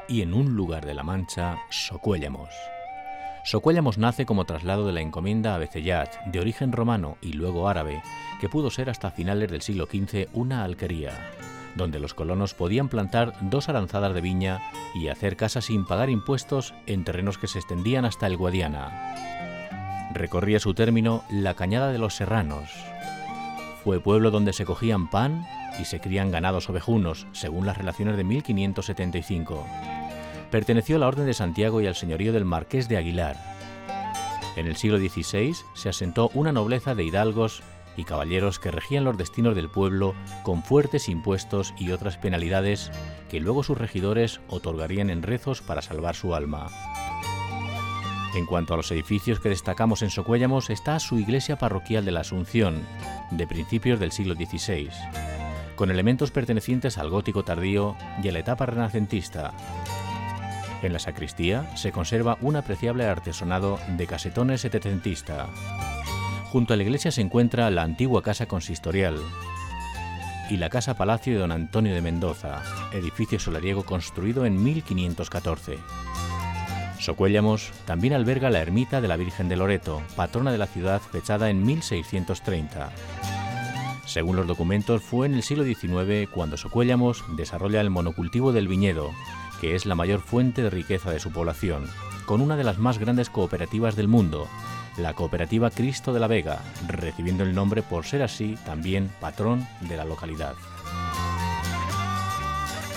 y en un lugar de la Mancha, Socuéllamos. Socuéllamos nace como traslado de la encomienda a Becellat, de origen romano y luego árabe, que pudo ser hasta finales del siglo XV una alquería, donde los colonos podían plantar 2 aranzadas de viña y hacer casas sin pagar impuestos en terrenos que se extendían hasta el Guadiana. Recorría su término la Cañada de los Serranos. Fue pueblo donde se cogían pan y se crían ganados ovejunos, según las relaciones de 1575. Perteneció a la Orden de Santiago y al señorío del Marqués de Aguilar. En el siglo XVI se asentó una nobleza de hidalgos y caballeros que regían los destinos del pueblo con fuertes impuestos y otras penalidades que luego sus regidores otorgarían en rezos para salvar su alma. En cuanto a los edificios que destacamos en Socuéllamos está su iglesia parroquial de la Asunción, de principios del siglo XVI, con elementos pertenecientes al gótico tardío y a la etapa renacentista. En la sacristía se conserva un apreciable artesonado de casetones setecentista. Junto a la iglesia se encuentra la antigua casa consistorial y la casa palacio de don Antonio de Mendoza, edificio solariego construido en 1514. Socuéllamos también alberga la ermita de la Virgen de Loreto, patrona de la ciudad, fechada en 1630. Según los documentos, fue en el siglo XIX cuando Socuéllamos desarrolla el monocultivo del viñedo, que es la mayor fuente de riqueza de su población, con una de las más grandes cooperativas del mundo, la Cooperativa Cristo de la Vega, recibiendo el nombre por ser así también patrón de la localidad.